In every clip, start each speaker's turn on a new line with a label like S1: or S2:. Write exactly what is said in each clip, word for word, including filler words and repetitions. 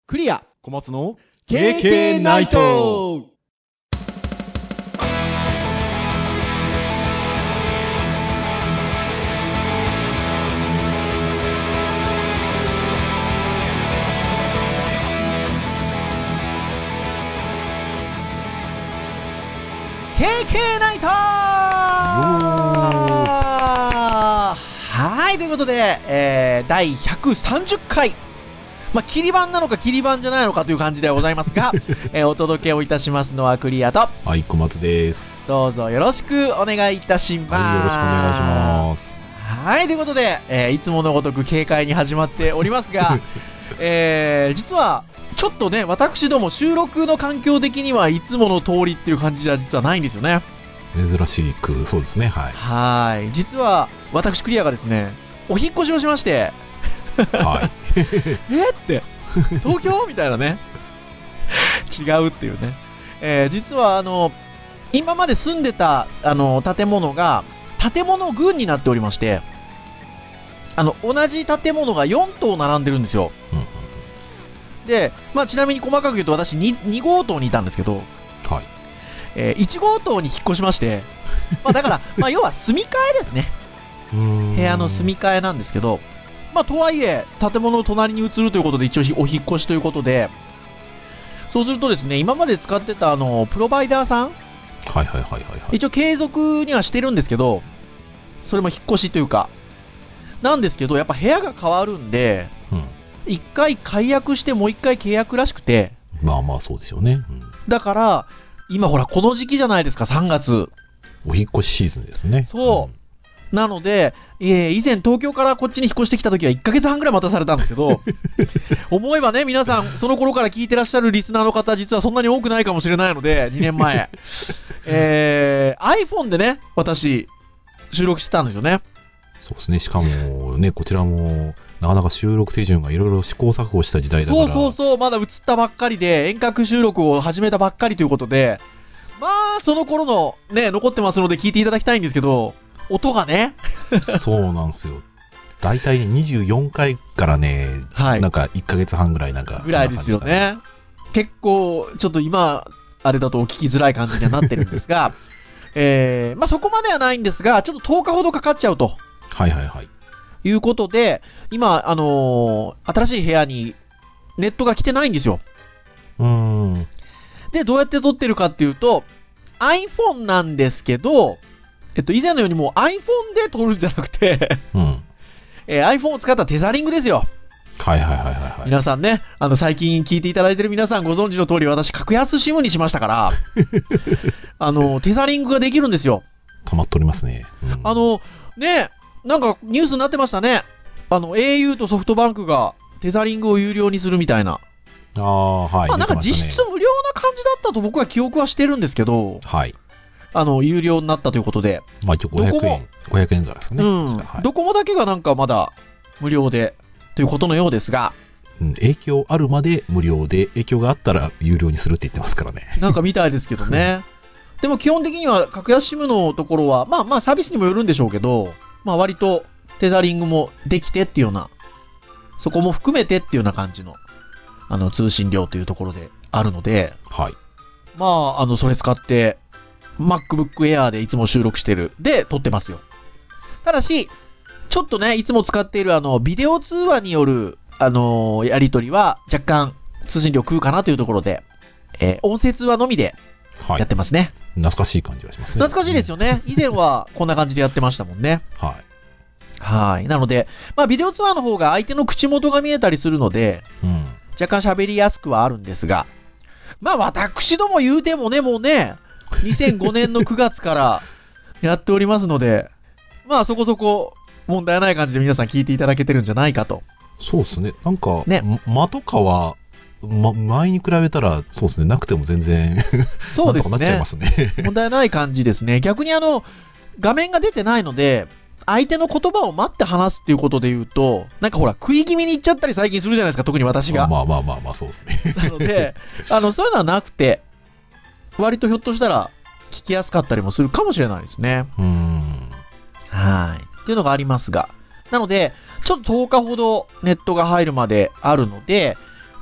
S1: クリア
S2: 小松の
S1: ケーケー ナイト。
S3: ケーケー ナイトー。はい、ということで、えー、だいひゃくさんじゅっかい、まあ、切り版なのか切り版じゃないのかという感じではございますが、えー、お届けをいたしますのはクリアと、
S2: はい、小松です。
S3: どうぞよろしくお願いいたします。
S2: はい、よろしくお願いします。
S3: はい、ということで、えー、いつものごとく軽快に始まっておりますが、えー、実はちょっとね、私ども収録の環境的にはいつもの通りっていう感じじゃ実はないんですよね。
S2: 珍しく、そうですね、はい。
S3: はい、実は私クリアがですね、お引っ越しをしまして、
S2: はい。
S3: えって東京みたいなね、違うっていうね、えー、実はあの今まで住んでたあの建物が建物群になっておりまして、あの同じ建物がよん棟並んでるんですよ。うん、で、まあ、ちなみに細かく言うと私 2, に号棟にいたんですけど、
S2: はい、
S3: えー、いち号棟に引っ越しまして、まあ、だからまあ要は住み替えですね。
S2: うーん、
S3: 部屋の住み替えなんですけど、まあ、とはいえ建物の隣に移るということで一応お引っ越しということで、そうするとですね、今まで使ってたあのプロバイダーさん、
S2: はいはいはいはい、はい、
S3: 一応継続にはしてるんですけど、それも引っ越しというかなんですけど、やっぱ部屋が変わるんで、うん、いっかい解約してもういっかい契約らしくて、
S2: まあまあそうですよね、うん、
S3: だから今ほらこの時期じゃないですか、さんがつ
S2: お引っ越しシーズンですね。
S3: そう、うん、なので、えー、以前東京からこっちに引っ越してきた時はいっかげつはんぐらい待たされたんですけど思えばね、皆さんその頃から聞いてらっしゃるリスナーの方、実はそんなに多くないかもしれないので、にねんまえ、えー、iPhone でね私収録してたんですよね。
S2: そうですね、しかもね、こちらもなかなか収録手順がいろいろ試行錯誤した時代だから、
S3: そうそうそう、まだ映ったばっかりで遠隔収録を始めたばっかりということで、まあその頃のね残ってますので聞いていただきたいんですけど、音がね
S2: そうなんですよ。だいたいにじゅうよんかいからね、はい、なんかいっかげつはんぐらいなんか
S3: ぐらいですよね。結構ちょっと今あれだと聞きづらい感じにはなってるんですがえー、まあそこまではないんですが、ちょっととおかほどかかっちゃうと、
S2: はいはいはい、
S3: いうことで、今あのー、新しい部屋にネットが来てないんですよ。
S2: うーん
S3: でどうやって撮ってるかっていうと iPhone なんですけど、えっと、以前のようにもう iPhone で撮るんじゃなくて、うんえー、iPhone を使ったテザリングですよ。
S2: はいはいはいはい、はい、
S3: 皆さんね、あの最近聞いていただいてる皆さんご存知の通り、私格安 SIM にしましたからあのテザリングができるんですよ。
S2: 溜まっておりますね、
S3: うん、あのね、なんかニュースになってましたね。あの エーユー とソフトバンクがテザリングを有料にするみたいな。
S2: ああ、はい。
S3: まあなんか実質無料な感じだったと僕は記憶はしてるんですけど、
S2: はい。
S3: あの有料になったということで、
S2: まあ一応ごひゃくえん、ごひゃくえんぐらいですね。
S3: うん、はい、ドコモだけがなんかまだ無料でということのようですが、
S2: うん、影響あるまで無料で、影響があったら有料にするって言ってますからね。
S3: なんかみたいですけどね。でも基本的には格安 SIM のところは、まあまあサービスにもよるんでしょうけど、まあ割とテザリングもできてっていうような、そこも含めてっていうような感じの、あの通信量というところであるので、
S2: はい。
S3: まあ、あの、それ使って、MacBook Air でいつも収録してる。で、撮ってますよ。ただし、ちょっとね、いつも使っているあの、ビデオ通話による、あのー、やり取りは若干通信量食うかなというところで、えー、音声通話のみでやってますね。はい、
S2: 懐かしい感じがしますね。
S3: 懐かしいですよね。以前はこんな感じでやってましたもんね。
S2: はい。
S3: はい。なので、まあ、ビデオ通話の方が相手の口元が見えたりするので、うん、若干喋りやすくはあるんですが、まあ、私ども言うてもね、もうね、にせんごねんのくがつからやっておりますので、まあ、そこそこ問題ない感じで皆さん聞いていただけてるんじゃないかと。
S2: そうですね。なんか、ね、間とかは、ま、前に比べたら、そうですね、なくても全然
S3: そうですね。
S2: なんとかなっちゃいますね。
S3: 問題ない感じですね。逆にあの、画面が出てないので、相手の言葉を待って話すっていうことで言うと、なんかほら、食い気味に言っちゃったり最近するじゃないですか、特に私が。
S2: まあまあまあまあ、そうですね。
S3: なので、あの、そういうのはなくて、割とひょっとしたら聞きやすかったりもするかもしれないですね。
S2: うーん。
S3: はい。っていうのがありますが。なので、ちょっととおかほどネットが入るまであるので、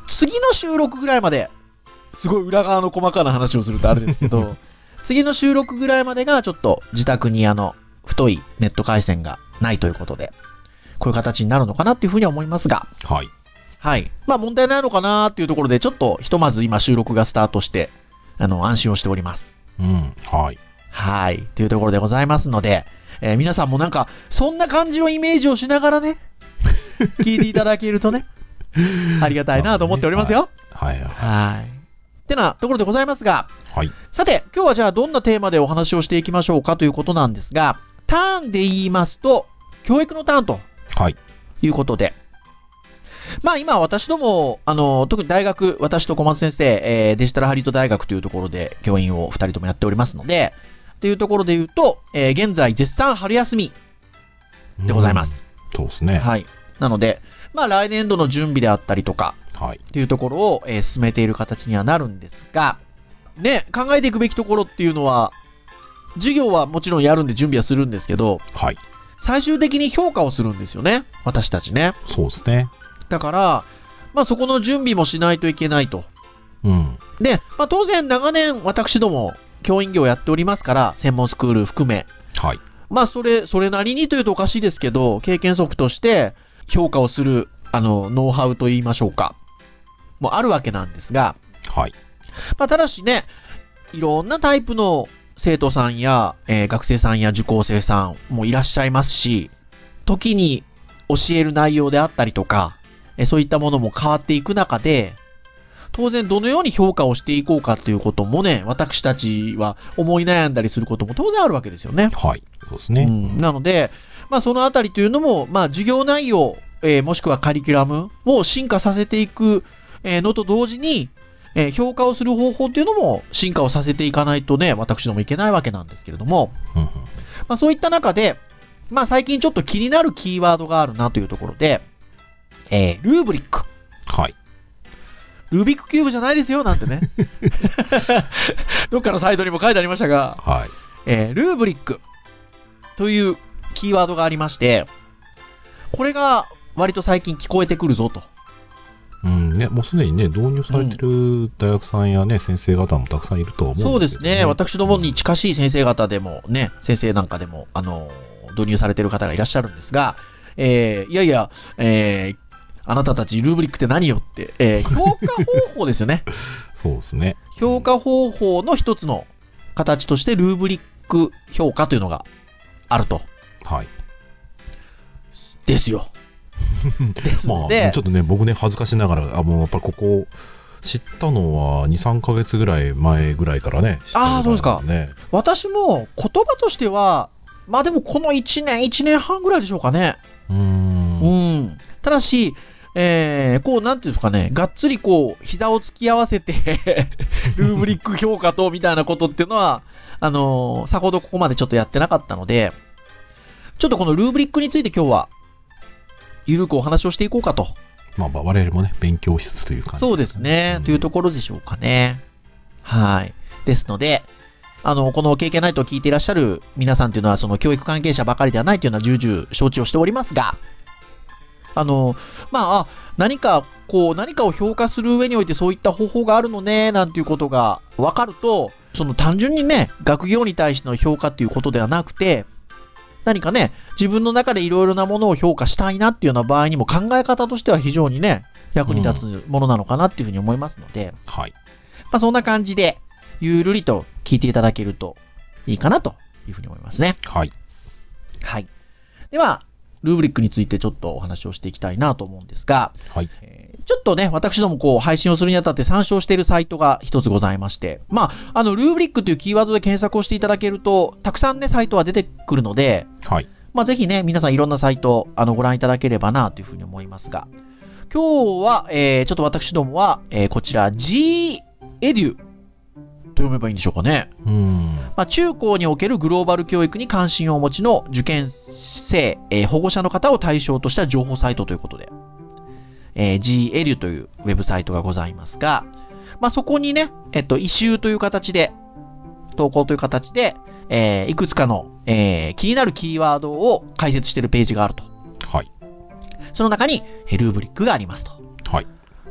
S3: 次の収録ぐらいまで、すごい裏側の細かな話をするとあれですけど、次の収録ぐらいまでがちょっと自宅にあの、太いネット回線がないということで、こういう形になるのかなっていうふうには思いますが、
S2: はい。
S3: はい。まあ問題ないのかなっていうところで、ちょっとひとまず今収録がスタートして、あの、安心をしております。
S2: うん、はい。
S3: はい。というところでございますので、えー皆さんもなんか、そんな感じのイメージをしながらね、聞いていただけるとね、ありがたいなと思っておりますよ。
S2: はい。はい。
S3: はい。ってなところでございますが、
S2: はい。
S3: さて、今日はじゃあどんなテーマでお話をしていきましょうかということなんですが、ターンで言いますと、教育のターンと
S2: はい。
S3: いうことで、まあ今私ども、あの、特に大学、私と小松先生、えーデジタルハリウッド大学というところで教員をふたりともやっておりますので、っていうところで言うと、えー現在絶賛春休みでございます。
S2: うん。そうですね。
S3: はい。なので、まあ来年度の準備であったりとか、
S2: はい。
S3: っていうところを、えー進めている形にはなるんですが、ね、考えていくべきところっていうのは、授業はもちろんやるんで準備はするんですけど、
S2: はい。
S3: 最終的に評価をするんですよね。私たちね。
S2: そうですね。
S3: だから、まあそこの準備もしないといけないと。
S2: うん。
S3: で、まあ当然長年私ども教員業をやっておりますから、専門スクール含め。
S2: はい。
S3: まあそれ、それなりにというとおかしいですけど、経験則として評価をする、あの、ノウハウと言いましょうか。もあるわけなんですが、
S2: はい。
S3: まあただしね、いろんなタイプの生徒さんや、えー学生さんや受講生さんもいらっしゃいますし、時に教える内容であったりとか、えーそういったものも変わっていく中で、当然どのように評価をしていこうかということもね、私たちは思い悩んだりすることも当然あるわけですよね。
S2: はい。そうですね。
S3: うん、なので、まあそのあたりというのも、まあ授業内容、えーもしくはカリキュラムを進化させていくえーのと同時に、えー評価をする方法っていうのも進化をさせていかないとね、私どもいけないわけなんですけれども、
S2: うんうん。
S3: まあそういった中で、まあ最近ちょっと気になるキーワードがあるなというところで、えールーブリック。
S2: はい。
S3: ルービックキューブじゃないですよ、なんてね。どっかのサイトにも書いてありましたが、
S2: はい。
S3: えールーブリックというキーワードがありまして、これが割と最近聞こえてくるぞと。
S2: うんね、もうすでにね、導入されてる大学さんやね、先生方もたくさんいるとは思うんですけど、ね、
S3: そうですね。私どもに近しい先生方でもね、先生なんかでも、あの、導入されてる方がいらっしゃるんですが、えーいやいや、えーあなたたちルーブリックって何よって、えー評価方法ですよね。
S2: そうですね。
S3: 評価方法の一つの形としてルーブリック評価というのがあると。
S2: はい。
S3: ですよ。です
S2: まあ、
S3: ので、
S2: ちょっとね、僕ね、恥ずかしながら、あもうやっぱりここ、知ったのはに、さんかげつぐらい前ぐらいからね。
S3: あーそうですか
S2: ね。
S3: 私も言葉としては、まあでもこのいちねん、いちねんはんぐらいでしょうかね。
S2: うーん。
S3: うん。ただし、えー、こう、なんていうんですかね、がっつりこう、膝を突き合わせて、ルーブリック評価と、みたいなことっていうのは、あのーさほどここまでちょっとやってなかったので、ちょっとこのルーブリックについて今日は、ゆるくお話をしていこうかと。
S2: まあ、我々もね、勉強しつつという感じ、
S3: そうですね、
S2: うん
S3: というところでしょうかね。はい。ですので、あの、この経験ナイトを聞いていらっしゃる皆さんというのは、その教育関係者ばかりではないというのは重々承知をしておりますが、あの、まあ、あ何か、こう、何かを評価する上においてそういった方法があるのね、なんていうことが分かると、その単純にね、学業に対しての評価っていうことではなくて、何かね、自分の中でいろいろなものを評価したいなっていうような場合にも考え方としては非常にね、役に立つものなのかなっていうふうに思いますので、
S2: はい。
S3: まあそんな感じで、ゆるりと聞いていただけるといいかなというふうに思いますね。
S2: はい。
S3: はい。では、ルーブリックについてちょっとお話をしていきたいなと思うんですが、
S2: はい。
S3: えーちょっとね、私どもこう配信をするにあたって参照しているサイトが一つございまして、まあ、あの、ルーブリックというキーワードで検索をしていただけると、たくさんね、サイトは出てくるので、
S2: はい。
S3: まあ、ぜひね、皆さんいろんなサイト、あの、ご覧いただければなというふうに思いますが、今日は、えー、ちょっと私どもは、えー、こちら、G エデュと読めばいいんでしょうかね。
S2: うーん。
S3: まあ、中高におけるグローバル教育に関心をお持ちの受験生、えー保護者の方を対象とした情報サイトということで、えー、G エデュというウェブサイトがございますが、まあ、そこにね、えっと、異臭という形で、投稿という形で、えーいくつかの、えー気になるキーワードを解説しているページがあると。
S2: はい。
S3: その中に、えールーブリックがありますと。
S2: はい。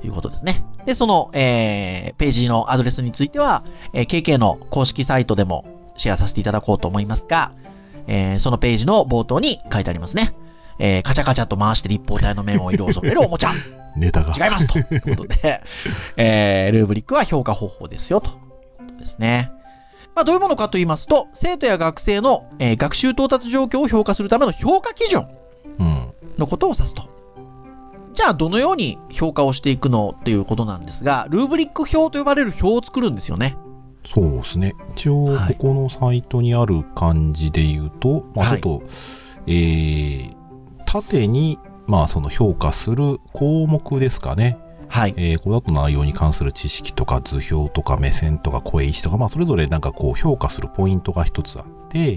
S3: いうことですね。で、その、えー、ページのアドレスについては、えー、ケーケー の公式サイトでもシェアさせていただこうと思いますが、えー、そのページの冒頭に書いてありますね。えー、カチャカチャと回して立方体の面を色を染めるおもちゃ。
S2: ネタが。
S3: 違いますということで、えー、ルーブリックは評価方法ですよということですね。まあ、どういうものかと言いますと、生徒や学生の、えー、学習到達状況を評価するための評価基準のことを指すと。じゃあ、どのように評価をしていくのっていうことなんですが、ルーブリック表と呼ばれる表を作るんですよね。
S2: そうですね。一応、ここのサイトにある感じで言うと、はい、まあ、ちょっと、はい、えー、縦に、まあ、その評価する項目ですかね。はい。えー、これだと内容に関する知識とか図表とか目線とか声意思とか、まあ、それぞれなんかこう評価するポイントが一つあって、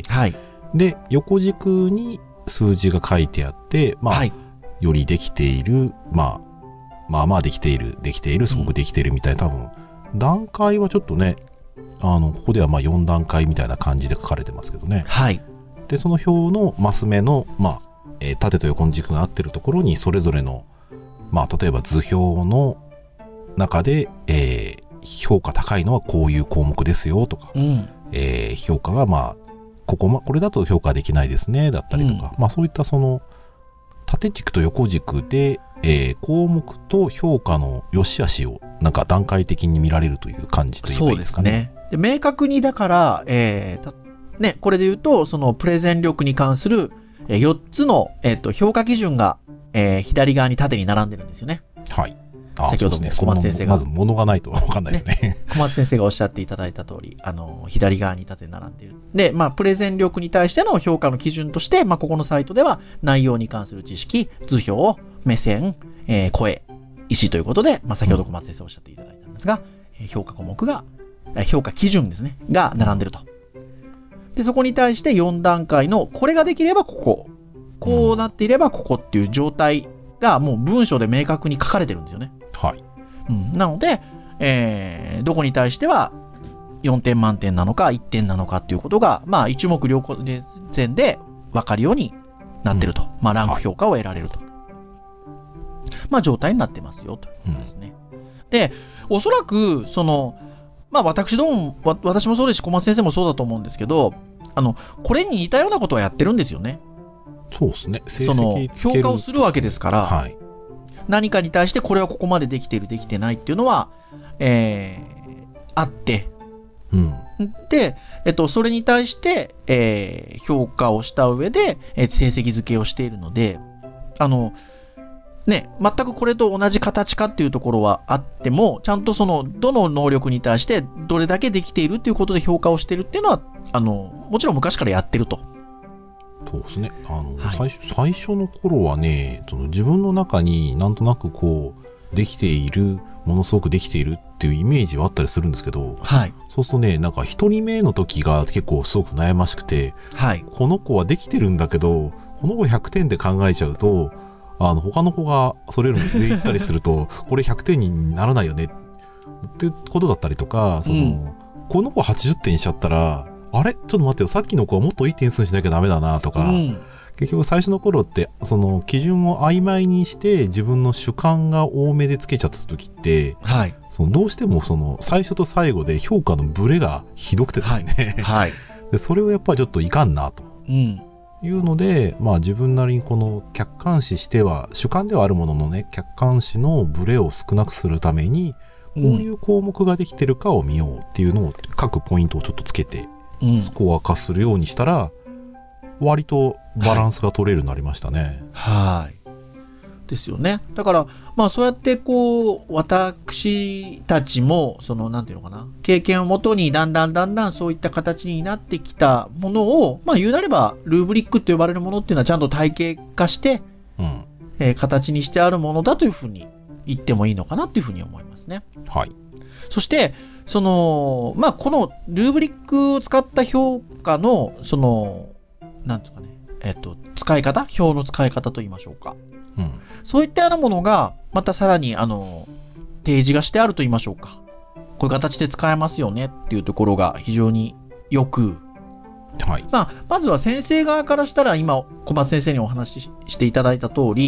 S2: はい。で、横軸に数字が書いてあって、まあ、はい、よりできている、まあ、まあまあできている、できている、すごくできているみたいな、多分、段階はちょっとね、あの、ここではまあよん段階みたいな感じで書かれてますけどね。はい。で、その表のマス目の、まあ、えー、縦と横の軸が合ってるところに、それぞれの、まあ、例えば図表の中で、えー、評価高いのはこういう項目ですよとか、うん、えー、評価がまあ、ここ、ま、これだと評価できないですね、だったりとか、うん、まあそういったその、縦軸と横軸で、えー、項目と評価の良し悪しをなんか段階的に見られるという感じといえばいいですかね。そうですね。で、明確にだから、えー、たね、これで言うと、そのプレゼン力に関するよっつの、えー、と評価基準が、えー、左側に縦に並んでるんですよね。はい。あ、先ほども小松先生が、まず物がないと分かんないですね。ね、
S3: 小松先生がおっしゃっていただいた通り、あの左側に縦に並んでいる。で、まあプレゼン力に対しての評価の基準として、まあここのサイトでは内容に関する知識、図表、目線、えー、声、意思ということで、まあ先ほど小松先生おっしゃっていただいたんですが、うん、評価項目が、評価基準ですね、が並んでると。で、そこに対してよん段階のこれができればここ、こうなっていればここっていう状態がもう文章で明確に書かれてるんですよね。はい。うん、なので、えー、どこに対してはよんてん満点なのかいってんなのかっていうことが、まあ一目瞭然で分かるようになってると。うん、まあランク評価を得られると。はい、まあ状態になってますよということですね。うん、で、おそらく、その、まあ私ども、私もそうですし小松先生もそうだと思うんですけど、あの、これに似たようなことはやってるんですよね。
S2: そうですね。成績
S3: その評価をするわけですから、はい、何かに対してこれはここまでできているできてないっていうのは、えー、あって、うん、で、えっと、それに対して、えー、評価をした上で、えー、成績付けをしているので、あのね、全くこれと同じ形かっていうところはあっても、ちゃんとそのどの能力に対してどれだけできているっていうことで評価をしているっていうのは、あのもちろん昔からやってると。
S2: そうですね。あの、はい、最初、最初の頃はね、その自分の中になんとなくこう、できている、ものすごくできているっていうイメージはあったりするんですけど、はい、そうするとね、なんか一人目の時が結構すごく悩ましくて、はい、この子はできてるんだけど、この子ひゃくてんで考えちゃうと、あの、他の子がそれよりも上行ったりすると、これひゃくてんにならないよねっていうことだったりとか、その、うん、この子はちじゅってんにしちゃったら、あれちょっと待ってよ、さっきの子はもっといい点数にしなきゃダメだなとか、うん、結局最初の頃ってその基準を曖昧にして自分の主観が多めでつけちゃった時って、はい、そのどうしてもその最初と最後で評価のブレがひどくてですね、はいはい、でそれをやっぱりちょっといかんなと、うん、いうので、まあ、自分なりにこの客観視しては主観ではあるもののね、客観視のブレを少なくするためにこういう項目ができてるかを見ようっていうのを各ポイントをちょっとつけてスコア化するようにしたら、うん、割とバランスが取れるようになりましたね。はい。はい
S3: ですよね。だから、まあそうやってこう、私たちも、その、なんていうのかな、経験をもとにだんだんだんだんそういった形になってきたものを、まあ言うなれば、ルーブリックと呼ばれるものっていうのはちゃんと体系化して、うんえー、形にしてあるものだというふうに言ってもいいのかなというふうに思いますね。はい。そして、その、まあ、このルーブリックを使った評価の、その、なんですかね、えっと、使い方、表の使い方と言いましょうか。うん、そういったようなものが、またさらに、あの、提示がしてあると言いましょうか。こういう形で使えますよねっていうところが非常によく、はい。まあ、まずは先生側からしたら、今、小松先生にお話ししていただいた通り、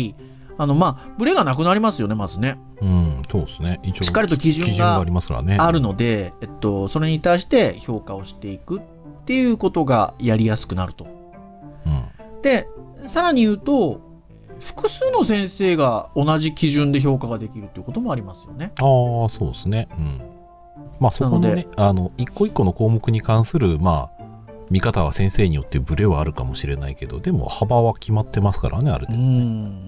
S3: あの、まあ、ブレがなくなりますよね、まずね。
S2: うん、そうですね。一応、
S3: しっかりと基準が
S2: ありますからね。
S3: あるので、えっと、それに対して評価をしていくっていうことがやりやすくなると。
S2: うん。
S3: で、さらに言うと、複数の先生が同じ基準で評価ができるっていうこともありますよね。
S2: ああ、そうですね。うん。まあ、そこのね、あの、一個一個の項目に関する、まあ、見方は先生によってブレはあるかもしれないけど、でも幅は決まってますからね、ある程度、ね。うん。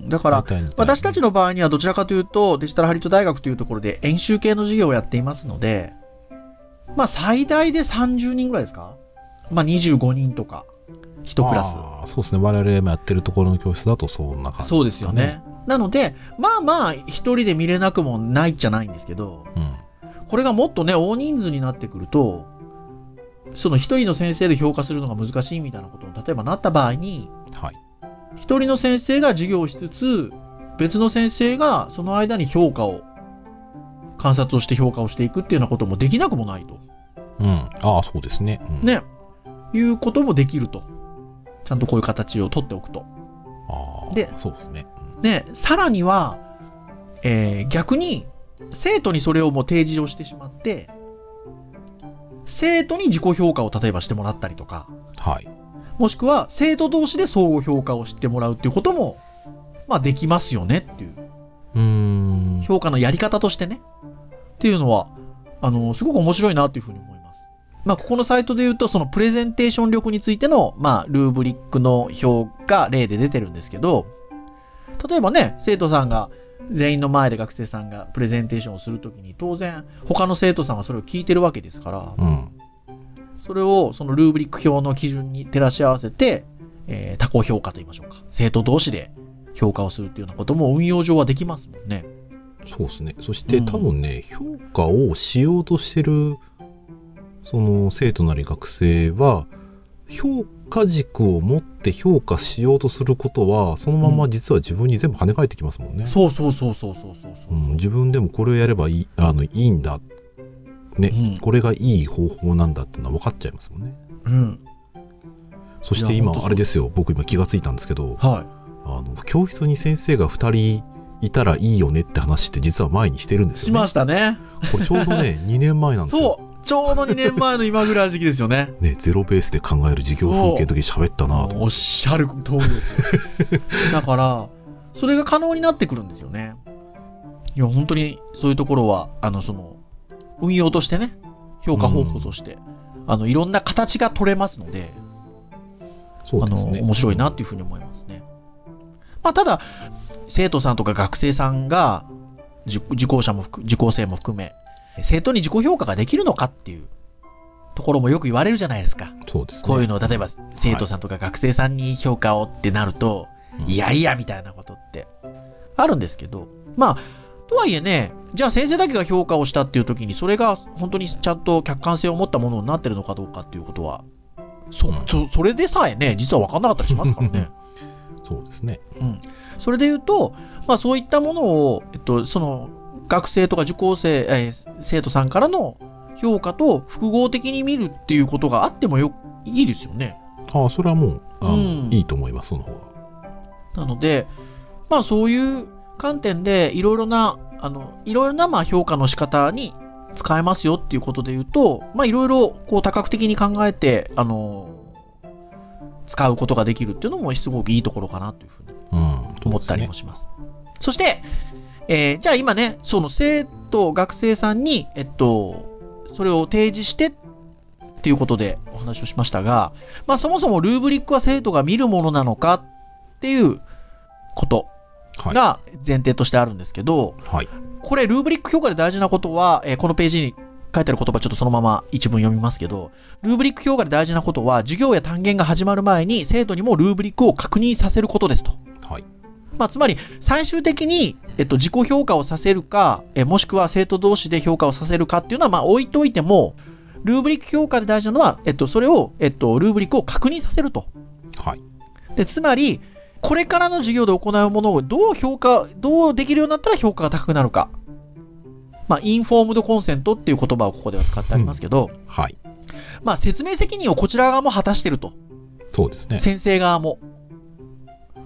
S3: だから、私たちの場合にはどちらかというと、デジタルハリウッド大学というところで演習系の授業をやっていますので、まあ、最大でさんじゅうにんぐらいですか？まあ、にじゅうごにんとか、いちクラス。
S2: ああ、そうですね。我々今やってるところの教室だとそんな感じ、ね。
S3: そうですよね。なので、まあまあ、一人で見れなくもないじゃないんですけど、うん、これがもっとね、大人数になってくると、その一人の先生で評価するのが難しいみたいなことに例えばなった場合に、はい、一人の先生が授業をしつつ、別の先生がその間に評価を、観察をして評価をしていくっていうようなこともできなくもないと。
S2: うん。ああ、そうですね。
S3: うん、ね。いうこともできると。ちゃんとこういう形を取っておくと。
S2: ああ、で、そうですね。
S3: で、さらには、えー、逆に、生徒にそれをもう提示をしてしまって、生徒に自己評価を例えばしてもらったりとか、
S2: はい。
S3: もしくは生徒同士で相互評価をしてもらうっていうことも、まあできますよねっていう。
S2: うーん。
S3: 評価のやり方としてね。っていうのは、あの、すごく面白いなというふうに思います。まあ、ここのサイトで言うと、そのプレゼンテーション力についての、まあ、ルーブリックの表が例で出てるんですけど、例えばね、生徒さんが、全員の前で学生さんがプレゼンテーションをするときに、当然、他の生徒さんはそれを聞いてるわけですから、
S2: うん、
S3: それをそのルーブリック表の基準に照らし合わせて、えー、他校評価と言いましょうか。生徒同士で評価をするっていうようなことも運用上はできますもんね。
S2: そうですね。そして多分ね、うん、評価をしようとしてる、その生徒なり学生は、評価軸を持って評価しようとすることは、そのまま実は自分に全部跳ね返ってきますもんね。
S3: うん、そうそうそうそうそうそうそう、
S2: うん。自分でもこれをやればいい、あの、いいんだ。ね、うん、これがいい方法なんだってのは分かっちゃいますもんね。
S3: うん。
S2: そして今、あれですよ。僕今気がついたんですけど、
S3: はい。
S2: あの、教室に先生がふたりいたらいいよねって話って実は前にしてるんですよね。
S3: しましたね。
S2: これちょうどね、にねんまえなんですよ。
S3: そう。ちょうどにねんまえの今ぐらいの時期ですよね。
S2: ね、ゼロベースで考える授業風景の時喋ったなと。
S3: おっしゃる通りです。だから、それが可能になってくるんですよね。いや、本当にそういうところは、あの、その、運用としてね、評価方法として、うん、あの、いろんな形が取れますので、
S2: そうですね。
S3: あの、面白いなっていうふうに思いますね。まあ、ただ、生徒さんとか学生さんが、受講者も、受講生も含め、生徒に自己評価ができるのかっていうところもよく言われるじゃないですか。
S2: そうですね。
S3: こういうのを例えば生徒さんとか学生さんに評価をってなると、はい、いやいやみたいなことってあるんですけど、まあとはいえね、じゃあ先生だけが評価をしたっていう時にそれが本当にちゃんと客観性を持ったものになってるのかどうかっていうことは、そ、うん、そ, それでさえね実は分かんなかったりしますからね。
S2: そうですね。
S3: うん。それで言うと、まあそういったものをえっとその学生とか受講生、えー、生徒さんからの評価と複合的に見るっていうことがあってもよいいですよね。
S2: ああ、それはもう、あの、うん、いいと思います、その方が。
S3: なので、まあそういう観点でいろいろな、あの、いろいろなまあ評価の仕方に使えますよっていうことで言うと、まあいろいろこう多角的に考えて、あの、使うことができるっていうのもすごくいいところかなというふうに思ったりもします。うん、そして、えー、じゃあ今ね、その生徒、学生さんに、えっと、それを提示してっていうことでお話をしましたが、まあそもそもルーブリックは生徒が見るものなのかっていうことが前提としてあるんですけど、
S2: はい、
S3: これルーブリック評価で大事なことは、えー、このページに書いてある言葉ちょっとそのまま一文読みますけど、ルーブリック評価で大事なことは、授業や単元が始まる前に生徒にもルーブリックを確認させることですと。
S2: はい。
S3: まあ、つまり、最終的に、えっと、自己評価をさせるか、え、もしくは生徒同士で評価をさせるかっていうのは、まあ、置いといても、ルーブリック評価で大事なのは、えっと、それを、えっと、ルーブリックを確認させると。
S2: はい。
S3: で、つまり、これからの授業で行うものをどう評価、どうできるようになったら評価が高くなるか。まあ、インフォームドコンセントっていう言葉をここでは使ってありますけど、
S2: うん、はい。
S3: まあ、説明責任をこちら側も果たしてると。
S2: そうですね。
S3: 先生側も。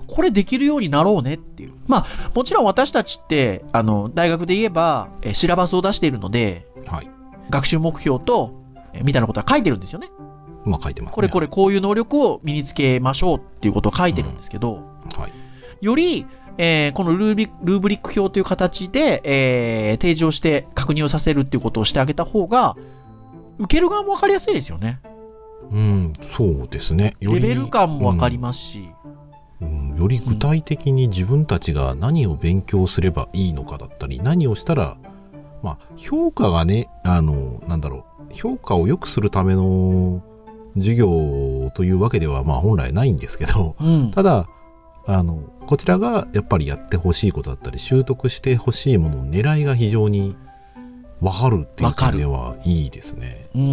S3: これできるようになろうねっていう。まあ、もちろん私たちって、あの、大学で言えば、えシラバスを出しているので、
S2: はい。
S3: 学習目標と、えみたいなことは書いてるんですよね。
S2: まあ書いてますね。
S3: これこれこういう能力を身につけましょうっていうことを書いてるんですけど、
S2: うん、はい。
S3: より、えー、このルービルーブリック表という形で、えー、提示をして確認をさせるっていうことをしてあげた方が、受ける側も分かりやすいですよね。
S2: うん、そうですね。
S3: よりレベル感も分かりますし、
S2: うんうん、より具体的に自分たちが何を勉強すればいいのかだったり、何をしたら、まあ、評価がね、あの、なんだろう、評価を良くするための授業というわけでは、まあ、本来ないんですけど、
S3: うん、た
S2: だ、あの、こちらがやっぱりやってほしいことだったり、習得してほしいものの狙いが非常に分かるっていう点ではいいですね。
S3: うん。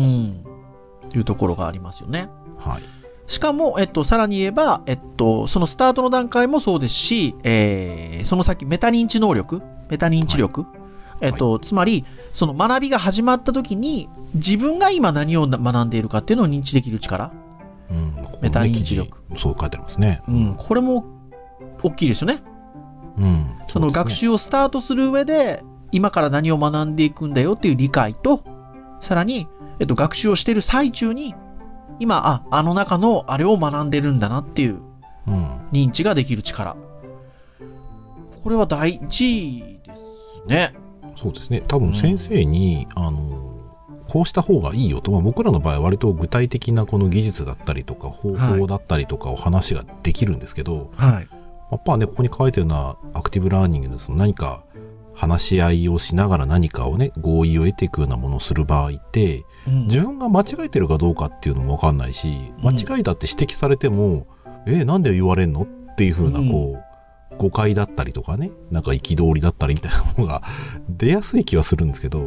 S3: というところがありますよね。
S2: はい。
S3: しかも、えっと、さらに言えば、えっと、そのスタートの段階もそうですし、えー、その先、メタ認知能力、メタ認知力、はい、えっと、はい、つまり、その学びが始まった時に、自分が今何を学んでいるかっていうのを認知できる力。
S2: うん、
S3: メタ認知力。
S2: そう書いてありますね。
S3: うん、これも大きいですよね。
S2: うん。
S3: その学習をスタートする上で、今から何を学んでいくんだよっていう理解と、さらに、えっと、学習をしている最中に、今、あ、あの中のあれを学んでるんだなっていう認知ができる力。これは大事ですね。
S2: そうですね。多分先生に、うん、あの、こうした方がいいよと、まあ、僕らの場合は割と具体的なこの技術だったりとか方法だったりとかを話ができるんですけど、
S3: はい、
S2: やっぱね、ここに書いてるようなアクティブラーニングのその何か話し合いをしながら何かをね、合意を得ていくようなものをする場合って、うん、自分が間違えてるかどうかっていうのも分かんないし、間違いだって指摘されても、うん、えー、なんで言われんのっていう風なこう、うん、誤解だったりとかね、なんか憤りだったりみたいなものが出やすい気はするんですけど、うん、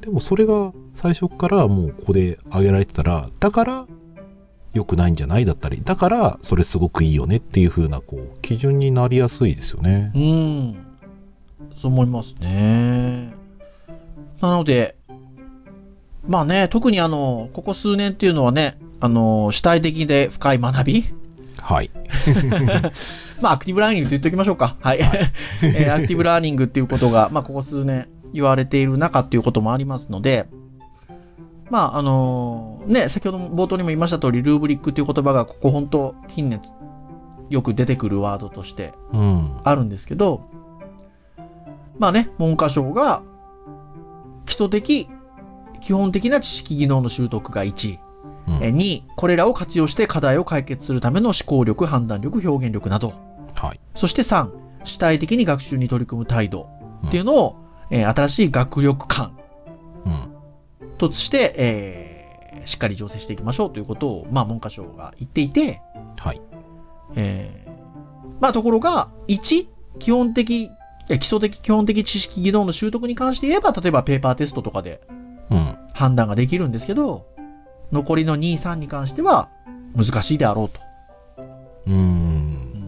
S2: でもそれが最初からもうここで挙げられてたら、だから良くないんじゃないだったり、だからそれすごくいいよねっていう風なこう基準になりやすいですよね。
S3: うん、そう思いますね。なので、まあね、特にあの、ここ数年っていうのはね、あの、主体的で深い学び
S2: はい。
S3: まあ、アクティブラーニングと言っておきましょうか。はい。えー、アクティブラーニングっていうことが、まあ、ここ数年言われている中っていうこともありますので、まあ、あのー、ね、先ほども冒頭にも言いました通り、ルーブリックっていう言葉がここ本当、近年よく出てくるワードとしてあるんですけど、うん、まあね、文科省が基礎的、基本的な知識技能の習得がいち、うん、に、これらを活用して課題を解決するための思考力、判断力、表現力など、
S2: はい、
S3: そしてさん、主体的に学習に取り組む態度っていうのを、うん、えー、新しい学力観、うんとして、えー、しっかり醸成していきましょうということを、まあ、文科省が言っていて、
S2: はい。
S3: えー、まあ、ところが、いち、基本的、基礎的、基本的知識技能の習得に関して言えば、例えばペーパーテストとかで、判断ができるんですけど、うん、残りのに、さんに関しては、難しいであろうと。
S2: うーん。うん、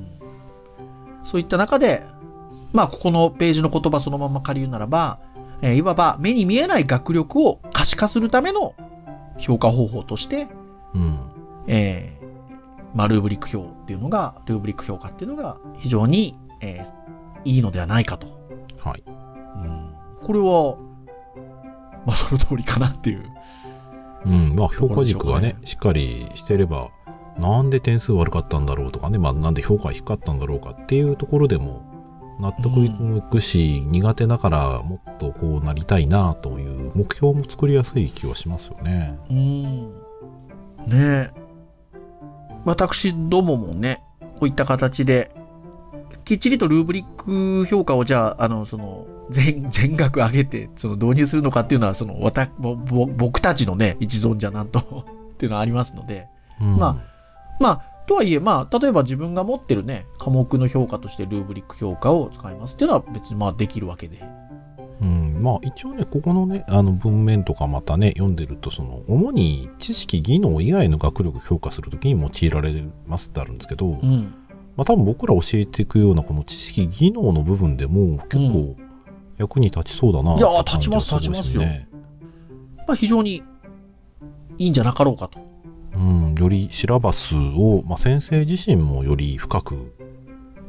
S3: そういった中で、まあ、ここのページの言葉そのまま借りるならば、えー、いわば目に見えない学力を可視化するための評価方法として、
S2: うん
S3: えーまあ、ルーブリック表っていうのが、ルーブリック評価っていうのが非常に、えー、いいのではないかと。
S2: はい。
S3: うん、これは、まあ、その通りかなっていう。
S2: うん、まあ、評価軸がね、しっかりしてれば、なんで点数悪かったんだろうとかね、まあ、なんで評価が低かったんだろうかっていうところでも、納得いくし、うん、苦手だからもっとこうなりたいなという目標も作りやすい気はしますよね。
S3: うん。ねえ。私どももね、こういった形で、きっちりとルーブリック評価をじゃあ、あの、その、全、全額上げて、その導入するのかっていうのは、その、わた、ぼ、ぼ、僕たちのね、一存じゃなんとっていうのはありますので、うん、まあ、まあ、とはいえ、まあ、例えば自分が持ってるね、科目の評価としてルーブリック評価を使いますっていうのは別にまあできるわけで。
S2: うん、まあ一応ね、ここのね、あの文面とかまたね、読んでると、その、主に知識、技能以外の学力を評価するときに用いられますってあるんですけど、うん、まあ多分僕ら教えていくようなこの知識、技能の部分でも結構役に立ちそうだな、
S3: うん、いや、立ちます、立ちますよ。まあ非常にいいんじゃなかろうかと。
S2: うん、よりシラバスを、まあ、先生自身もより深く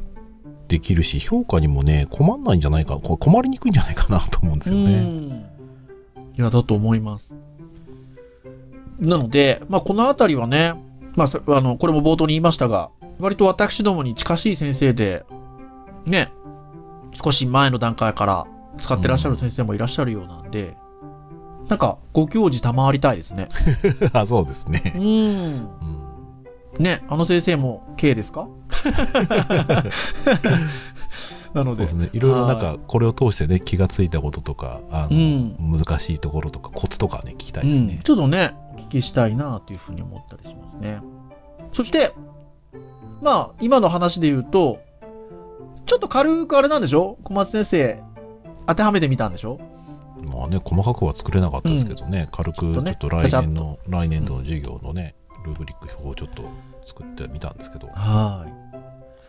S2: できるし、評価にもね、困んないんじゃないか、困りにくいんじゃないかなと思うんですよね。
S3: うん。いや、だと思います。なので、まあ、このあたりはね、まあ、あの、これも冒頭に言いましたが、割と私どもに近しい先生で、ね、少し前の段階から使ってらっしゃる先生もいらっしゃるようなんで、うん、なんか、ご教示賜りたいですね。
S2: あ、そうですね。
S3: うん。うんね、あの先生も K ですかなので。そうです
S2: ね。いろいろなんか、これを通してね、気がついたこととか、あの、うん、難しいところとか、コツとかね、聞きたいですね。
S3: うん、ちょっとね、お聞きしたいなというふうに思ったりしますね。そして、まあ、今の話で言うと、ちょっと軽くあれなんでしょ？小松先生、当てはめてみたんでしょ？
S2: まあね、細かくは作れなかったですけどね、うん、軽くちょっと来年の、ね、来年度の授業のね、ルーブリック表をちょっと作ってみたんですけど。
S3: はい。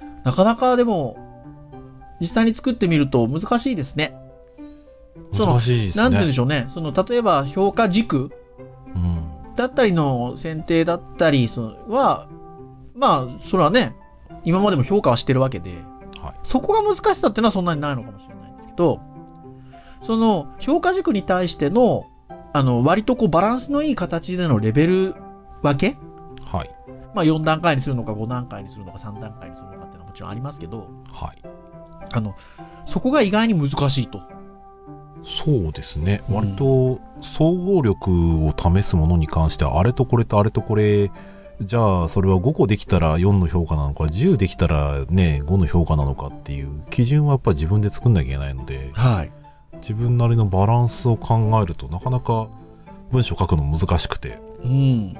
S3: なかなかでも、実際に作ってみると難しいですね。
S2: 難しいですね。
S3: なんて言うんでしょうね。その、例えば評価軸だったりの選定だったりそのは、まあ、それはね、今までも評価はしてるわけで、はい、そこが難しさっていうのはそんなにないのかもしれないんですけど、その評価軸に対しての、あの、割とこうバランスのいい形でのレベル分け、
S2: はい。
S3: まあよん段階にするのかご段階にするのかさん段階にするのかっていうのはもちろんありますけど、
S2: はい。
S3: あの、そこが意外に難しいと。
S2: そうですね。割と総合力を試すものに関しては、あれとこれとあれとこれ、じゃあそれはごこできたらよんの評価なのか、じゅうできたらね、ごの評価なのかっていう基準はやっぱり自分で作んなきゃいけないので、
S3: はい。
S2: 自分なりのバランスを考えるとなかなか文章書くの難しくて、
S3: うん、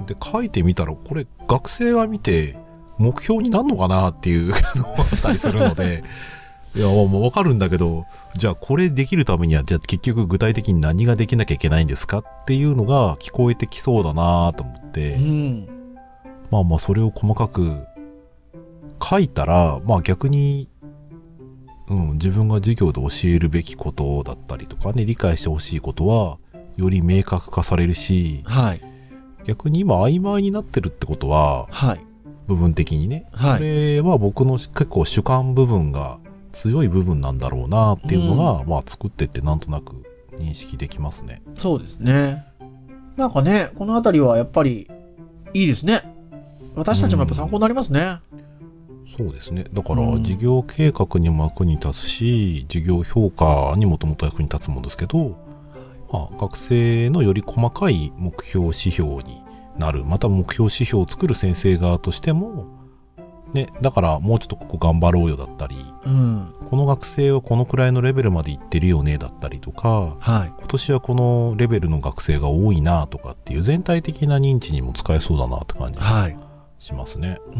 S2: で書いてみたらこれ学生が見て目標になるのかなっていうのがあったりするのでいやもう分かるんだけど、じゃあこれできるためにはじゃあ結局具体的に何ができなきゃいけないんですかっていうのが聞こえてきそうだなと思って、
S3: うん、
S2: まあまあそれを細かく書いたら、まあ逆にうん、自分が授業で教えるべきことだったりとかね、理解してほしいことはより明確化されるし、
S3: はい、
S2: 逆に今曖昧になってるってことは、
S3: はい、
S2: 部分的にね、
S3: はい、
S2: これは僕の結構主観部分が強い部分なんだろうなっていうのが、うん、まあ作ってってなんとなく認識できますね。
S3: そうですね。なんかね、このあたりはやっぱりいいですね。私たちもやっぱ参考になりますね。
S2: うん、そうですね。だから事業計画にも役に立つし、事業評価にもともと役に立つものですけど、まあ、学生のより細かい目標指標になる、また目標指標を作る先生側としても、ね、だからもうちょっとここ頑張ろうよだったり、
S3: うん、
S2: この学生はこのくらいのレベルまで行ってるよねだったりとか、
S3: はい、
S2: 今年はこのレベルの学生が多いなとかっていう全体的な認知にも使えそうだなって感じがしますね。
S3: はい、うん、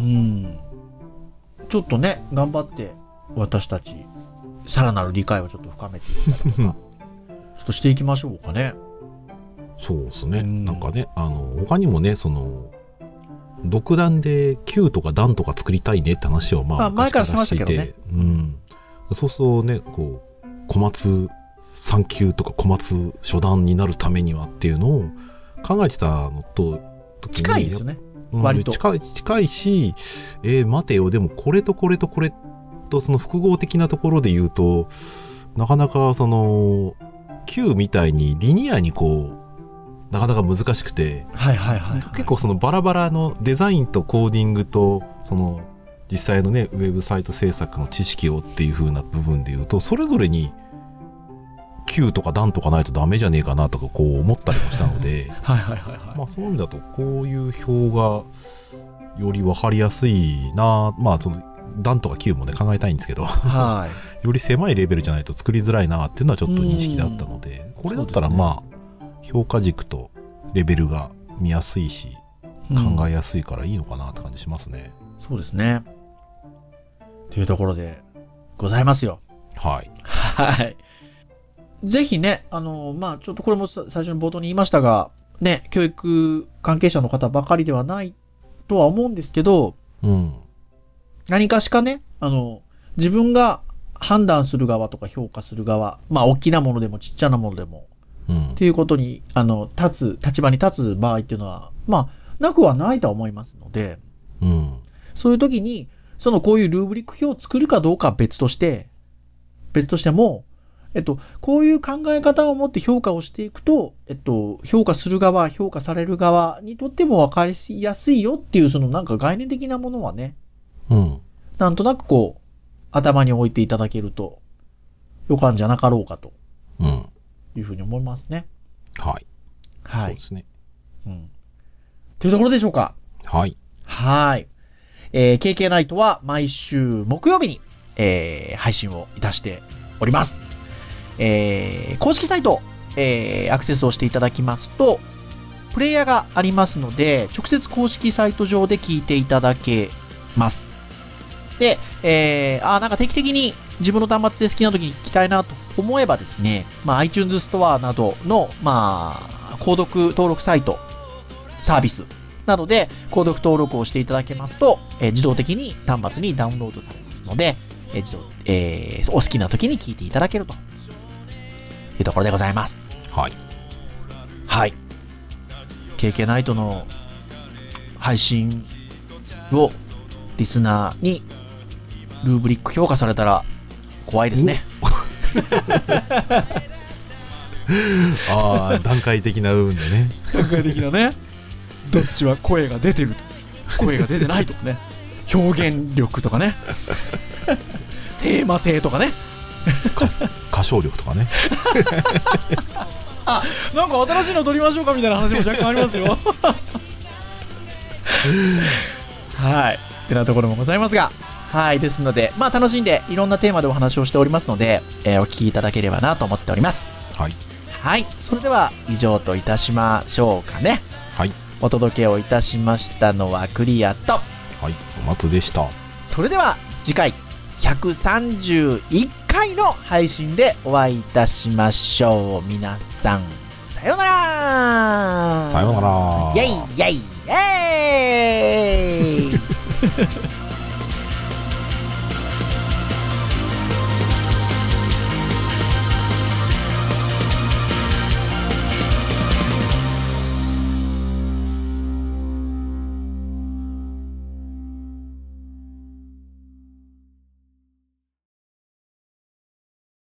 S3: ちょっとね頑張って私たちさらなる理解をちょっと深めていったりとかちょっとしていきましょうかね。
S2: そうですね、うん、なんかね、あの他にもね、その独断で級とか段とか作りたいねって話をまあ
S3: 前からしましたけどね、
S2: うん、そうするとね、こう小松さん級とか小松初段になるためにはっていうのを考えてたのと時に
S3: 近いですよね、
S2: うん、割と近い、近いし、えー、待てよ、でもこれとこれとこれとその複合的なところで言うとなかなかその級みたいにリニアにこうなかなか難しくて、
S3: はいはいはいはい、
S2: 結構そのバラバラのデザインとコーディングとその実際のねウェブサイト制作の知識をっていう風な部分で言うとそれぞれに級とか段とかないとダメじゃねえかなとかこう思ったりもしたので
S3: はいはいはい、はい、
S2: まあそういう意味だとこういう表がより分かりやすいな、まあその段とか級もね考えたいんですけど、
S3: はい、
S2: より狭いレベルじゃないと作りづらいなっていうのはちょっと認識だったので、これだったらまあ評価軸とレベルが見やすいし、考えやすいからいいのかなって感じしますね。
S3: うん、そうですね。というところでございますよ。
S2: はい。
S3: はい。ぜひね、あの、まあちょっとこれも最初の冒頭に言いましたが、ね、教育関係者の方ばかりではないとは思うんですけど、
S2: うん、
S3: 何かしかね、あの、自分が判断する側とか評価する側、まあ大きなものでもちっちゃなものでも、
S2: うん、
S3: っていうことに、あの、立つ、立場に立つ場合っていうのは、まあ、なくはないとは思いますので、
S2: うん、
S3: そういう時に、 そのこういうルーブリック表を作るかどうかは別として、別としても、えっと、こういう考え方を持って評価をしていくと、えっと、評価する側、評価される側にとっても分かりやすいよっていう、そのなんか概念的なものはね、
S2: うん。
S3: なんとなくこう、頭に置いていただけると、よかんじゃなかろうかと、
S2: うん。
S3: いうふうに思いますね。
S2: はい。
S3: はい。
S2: そうですね。
S3: うん。というところでしょうか。
S2: はい。
S3: はい。えー、ケーケー ナイトは毎週木曜日に、えー、配信をいたしております。えー、公式サイト、えー、アクセスをしていただきますと、プレイヤーがありますので、直接公式サイト上で聞いていただけます。で、えー、あ、なんか定期的に自分の端末で好きな時に聞きたいなと思えばですね、まあ、iTunes ストアなどの、まあ、購読登録サイト、サービスなどで購読登録をしていただけますと、えー、自動的に端末にダウンロードされますので、えー自動えー、お好きな時に聞いていただけるというところでございます。
S2: はい。
S3: はい。ケーケー ナイトの配信をリスナーにルーブリック評価されたら怖いですね。
S2: ああ、段階的な部分でね。
S3: 段階的なね。どっちは声が出てると、声が出てないとかね。表現力とかね。テーマ性とかね。
S2: 歌唱力とかね。
S3: あ、なんか新しいの撮りましょうかみたいな話も若干ありますよ。はい。ってなところもございますが。はい。ですので、まあ楽しんでいろんなテーマでお話をしておりますので、えー、お聞きいただければなと思っております。
S2: はい。
S3: はい。それでは以上といたしましょうかね。
S2: はい。
S3: お届けをいたしましたのはクリアと。
S2: はい。お松でした。
S3: それでは次回ひゃくさんじゅういっかいの配信でお会いいたしましょう。皆さん、さようなら。
S2: さようなら。
S3: イェイイェイイェイ